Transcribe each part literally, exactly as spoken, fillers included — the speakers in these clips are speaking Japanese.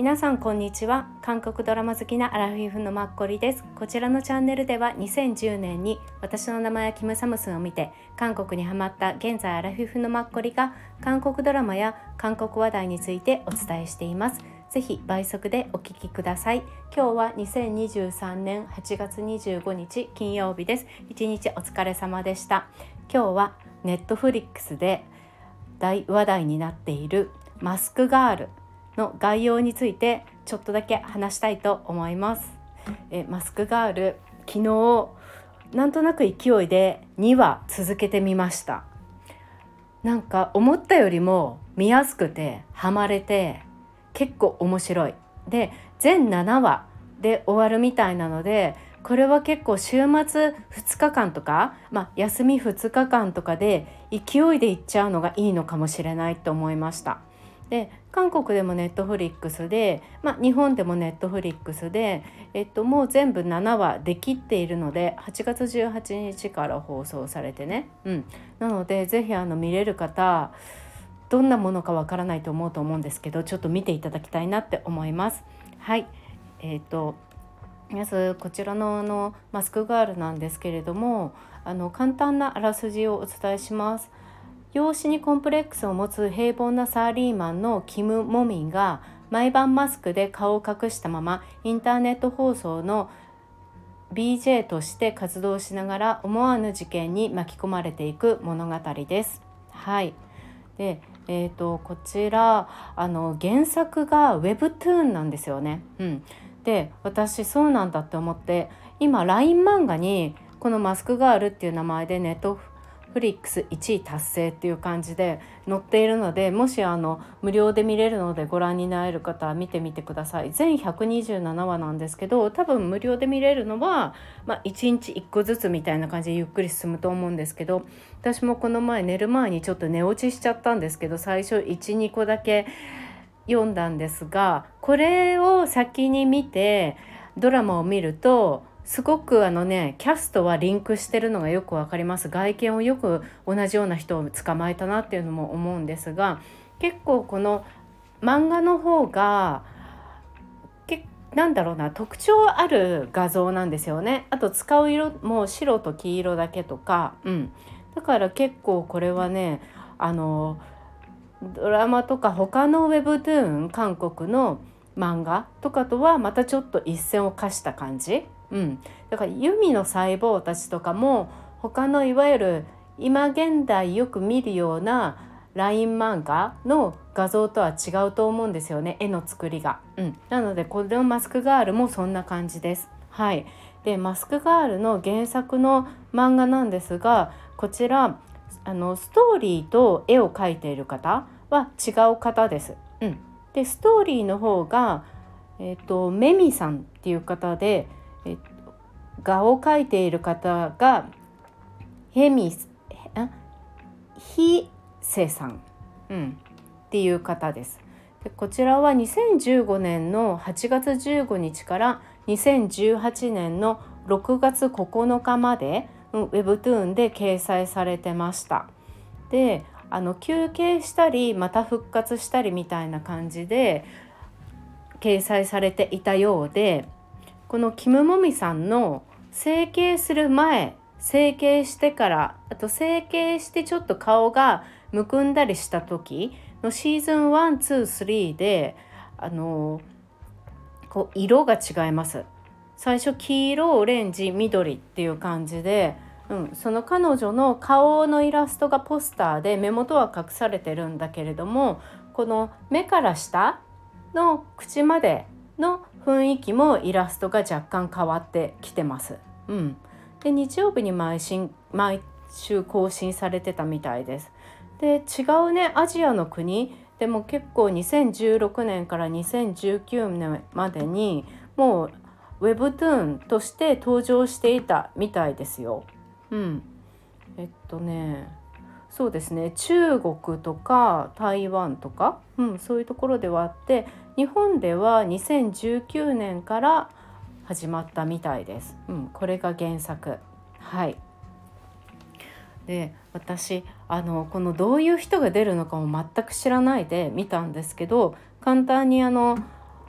皆さんこんにちは。韓国ドラマ好きなアラフィフのマッコリです。こちらのチャンネルではにせんじゅうねんに私の名前はキムサムスンを見て韓国にハマった現在アラフィフのマッコリが韓国ドラマや韓国話題についてお伝えしています。ぜひ倍速でお聞きください。今日はにせんにじゅうさんねんはちがつにじゅうごにち金曜日です。一日お疲れ様でした。今日はネットフリックスで大話題になっているマスクガールの概要についてちょっとだけ話したいと思います。えマスクガール、昨日なんとなく勢いでにわ続けてみました。なんか思ったよりも見やすくてハマれて結構面白い。で全ななわで終わるみたいなので、これは結構週末ふつかかんとか、まあ、休みふつかかんとかで勢いでいっちゃうのがいいのかもしれないと思いました。で韓国でもネットフリックスで、まあ、日本でもネットフリックスで、えっと、もう全部ななわできっているのではちがつじゅうはちにちから放送されてね、うん、なのでぜひあの見れる方、どんなものかわからないと思うと思うんですけど、ちょっと見ていただきたいなって思います。はい、えっとまずこちら の, あのマスクガールなんですけれども、あの簡単なあらすじをお伝えします。容姿にコンプレックスを持つ平凡なサラリーマンのキム・モミンが毎晩マスクで顔を隠したままインターネット放送の ビージェー として活動しながら思わぬ事件に巻き込まれていく物語です。はい。で、えーと、こちらあの原作が Webtoon なんですよね。うん。で、私そうなんだって思って今 ライン 漫画にこのマスクガールっていう名前でネットフリックスいちい達成っていう感じで載っているので、もしあの無料で見れるのでご覧になれる方は見てみてください。全ひゃくにじゅうななわなんですけど、多分無料で見れるのは、まあ、いちにちいっこずつみたいな感じでゆっくり進むと思うんですけど、私もこの前寝る前にちょっと寝落ちしちゃったんですけど、最初いち、にこだけ読んだんですが、これを先に見てドラマを見るとすごくあのねキャストはリンクしてるのがよくわかります。外見をよく同じような人を捕まえたなっていうのも思うんですが、結構この漫画の方がけなんだろうな、特徴ある画像なんですよね。あと使う色も白と黄色だけとか、うん、だから結構これはね、あのドラマとか他のウェブトゥーン、韓国の漫画とかとはまたちょっと一線を画した感じ、うん、だからユミの細胞たちとかも他のいわゆる今現代よく見るようなライン漫画の画像とは違うと思うんですよね、絵の作りが、うん、なのでこのマスクガールもそんな感じです。はい。でマスクガールの原作の漫画なんですが、こちらあのストーリーと絵を描いている方は違う方です。うん、でストーリーの方が、えーと、メミさんっていう方で、えー、画を描いている方がヘミヒセさん、うん、っていう方です。でこちらはにせんじゅうごねんのはちがつじゅうごにちからにせんじゅうはちねんのろくがつここのかまで、うん、Webtoon で掲載されてました。であの休憩したりまた復活したりみたいな感じで掲載されていたようで、このキム・モミさんの整形する前、整形してから、あと整形してちょっと顔がむくんだりした時のシーズンワン、ツー、スリーであのこう色が違います。最初黄色、オレンジ、緑っていう感じで、うん、その彼女の顔のイラストがポスターで目元は隠されてるんだけれども、この目から下の口までの雰囲気もイラストが若干変わってきてます。うん、で日曜日に毎週、毎週更新されてたみたいです。で違うねアジアの国でも結構にせんじゅうろくねんからにせんじゅうきゅうねんまでにもう Webtoon として登場していたみたいですよ。うん、えっとねそうですね、中国とか台湾とか、うん、そういうところではあって、日本ではにせんじゅうきゅうねんから始まったみたいです。うん、これが原作。はい。で私あのこのどういう人が出るのかも全く知らないで見たんですけど、簡単にあの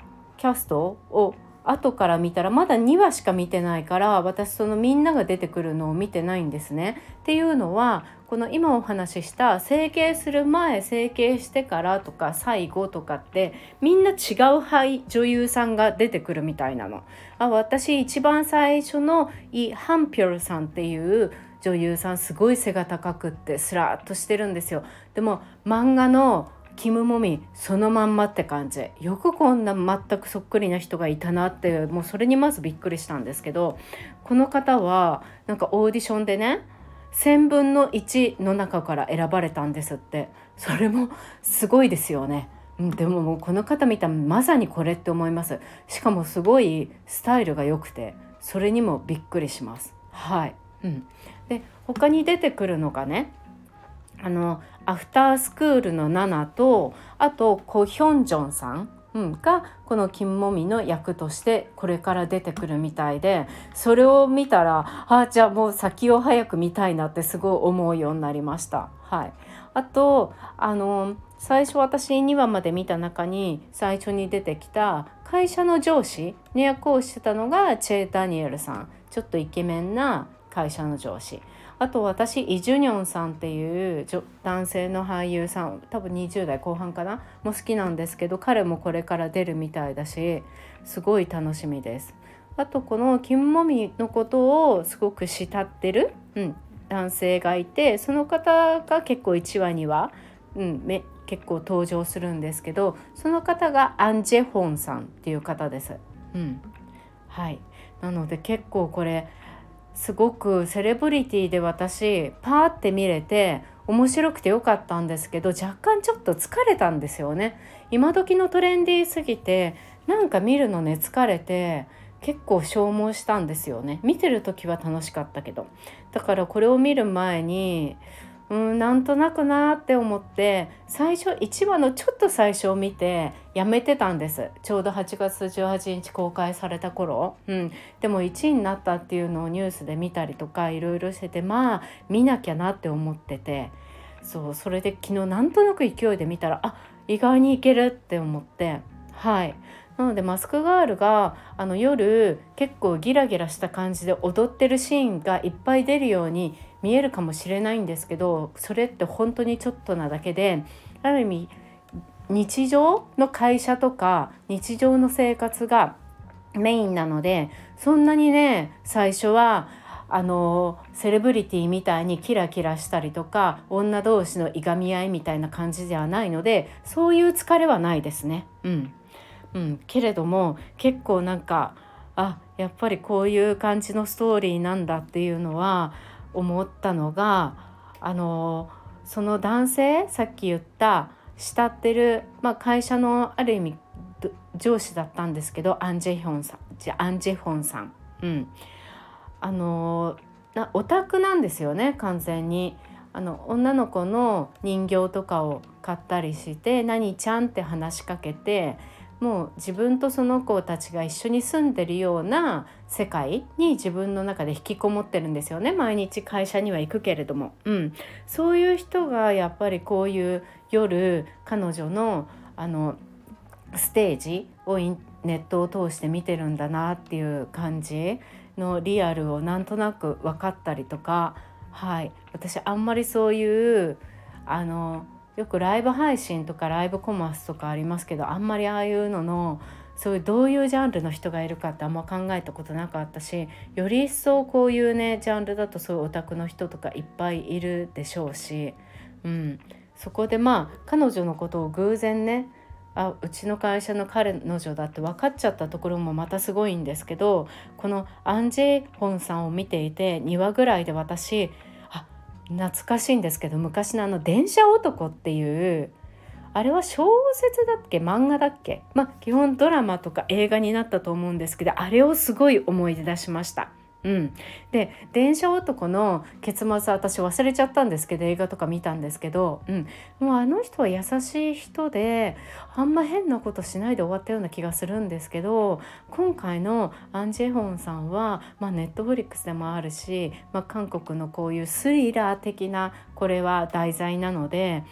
キャストを後から見たらまだにわしか見てないから、私そのみんなが出てくるのを見てないんですね。っていうのは、この今お話しした整形する前、整形してからとか最後とかってみんな違う俳女優さんが出てくるみたいなの。あ、私一番最初のイ・ハンピョルさんっていう女優さん、すごい背が高くってスラーっとしてるんですよ。でも漫画のキム・モミそのまんまって感じ。よくこんな全くそっくりな人がいたなって、もうそれにまずびっくりしたんですけど、この方はなんかオーディションでね、せんぶんのいちの中から選ばれたんですって。それもすごいですよね。うん、でももうこの方見たらまさにこれって思います。しかもすごいスタイルが良くて、それにもびっくりします。はい、うん、で他に出てくるのがね、あのアフタースクールのナナと、あとコ・ヒョンジョンさん、うん、がこのキム・モミの役としてこれから出てくるみたいで、それを見たら、あ、じゃあもう先を早く見たいなってすごい思うようになりました。はい、あとあの最初私にわまで見た中に最初に出てきた会社の上司の役をしてたのがチェ・ダニエルさん。ちょっとイケメンな会社の上司。あと私イ・ジュニョンさんっていう男性の俳優さん、多分にじゅう代後半かなも好きなんですけど、彼もこれから出るみたいだし、すごい楽しみです。あとこのキム・モミのことをすごく慕ってる、うん、男性がいて、その方が結構いちわには、うん、め結構登場するんですけど、その方がアン・ジェホンさんっていう方です。うん、はい。なので結構これすごくセレブリティで私パーって見れて面白くてよかったんですけど、若干ちょっと疲れたんですよね。今時のトレンディーすぎてなんか見るのね疲れて結構消耗したんですよね。見てる時は楽しかったけど、だからこれを見る前にうん、なんとなくなって思って最初いちわのちょっと最初を見てやめてたんです。ちょうどはちがつじゅうはちにち公開された頃、うん、でもいちいになったっていうのをニュースで見たりとかいろいろしてて、まあ見なきゃなって思ってて、そうそれで昨日なんとなく勢いで見たら、あ、意外にいけるって思って、はい。なのでマスクガールがあの夜結構ギラギラした感じで踊ってるシーンがいっぱい出るように見えるかもしれないんですけど、それって本当にちょっとなだけで、ある意味日常の会社とか日常の生活がメインなので、そんなにね最初はあのセレブリティみたいにキラキラしたりとか女同士のいがみ合いみたいな感じではないので、そういう疲れはないですね。うんうん、けれども結構なんか、あ、やっぱりこういう感じのストーリーなんだっていうのは思ったのが、あのその男性、さっき言った慕ってる、まあ、会社のある意味上司だったんですけど、アン・ジェヒョンさん、アン・ジェホンさん、うん、あのなオタクなんですよね完全に。あの女の子の人形とかを買ったりして、何ちゃんって話しかけて、もう自分とその子たちが一緒に住んでるような世界に自分の中で引きこもってるんですよね。毎日会社には行くけれども、うん、そういう人がやっぱりこういう夜彼女のあのステージをネットを通して見てるんだなっていう感じのリアルをなんとなく分かったりとか、はい、私あんまりそういうあのよくライブ配信とかライブコマースとかありますけど、あんまりああいうののそういうどういうジャンルの人がいるかってあんま考えたことなかったし、より一層こういうねジャンルだとそういうオタクの人とかいっぱいいるでしょうし、うん、そこでまあ彼女のことを偶然ね、あ、うちの会社の彼女だって分かっちゃったところもまたすごいんですけど、このアン・ジェホンさんを見ていてにわぐらいで私、あ、懐かしいんですけど、昔のあの電車男っていう、あれは小説だっけ漫画だっけ、まあ基本ドラマとか映画になったと思うんですけど、あれをすごい思い出しました。うん、で電車男の結末は私忘れちゃったんですけど、映画とか見たんですけど、うん、もうあの人は優しい人であんま変なことしないで終わったような気がするんですけど、今回のアン・ジェホンさんは、まあ、ネットフリックスでもあるし、まあ、韓国のこういうスリラー的なこれは題材なので、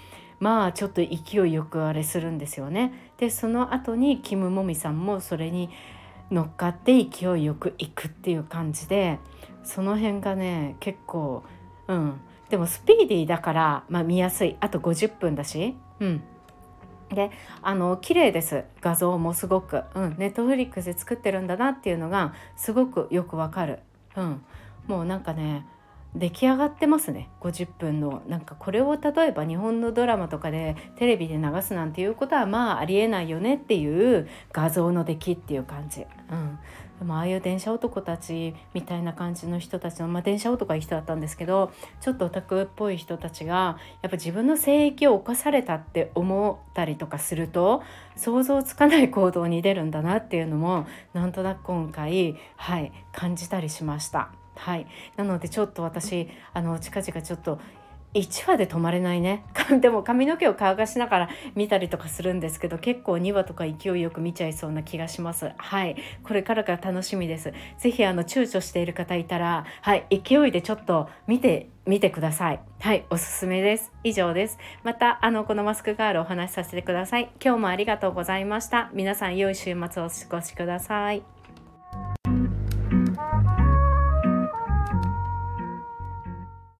まあちょっと勢いよくあれするんですよね。でその後にキム・モミさんもそれに乗っかって勢いよくいくっていう感じで、その辺がね結構、うん、でもスピーディーだから、まあ、見やすい。あとごじゅっぷんだし、うんであの綺麗です。画像もすごく、うん、ネットフリックスで作ってるんだなっていうのがすごくよくわかる、うん、もうなんかね出来上がってますね。ごじゅっぷんのなんかこれを例えば日本のドラマとかでテレビで流すなんていうことはまあありえないよねっていう画像の出来っていう感じ、うん、でもああいう電車男たちみたいな感じの人たちの、まあ、電車男はいい人だったんですけど、ちょっとオタクっぽい人たちがやっぱ自分の性域を侵されたって思ったりとかすると想像つかない行動に出るんだなっていうのもなんとなく今回、はい、感じたりしました。はい、なのでちょっと私あの近々ちょっといちわで止まれないねでも髪の毛を乾かしながら見たりとかするんですけど、結構にわとか勢いよく見ちゃいそうな気がします。はい、これからが楽しみです。ぜひあの躊躇している方いたら、はい、勢いでちょっと見てみてください。はい、おすすめです。以上です。またあのこのマスクガールお話しさせてください。今日もありがとうございました。皆さん良い週末をお過ごしください。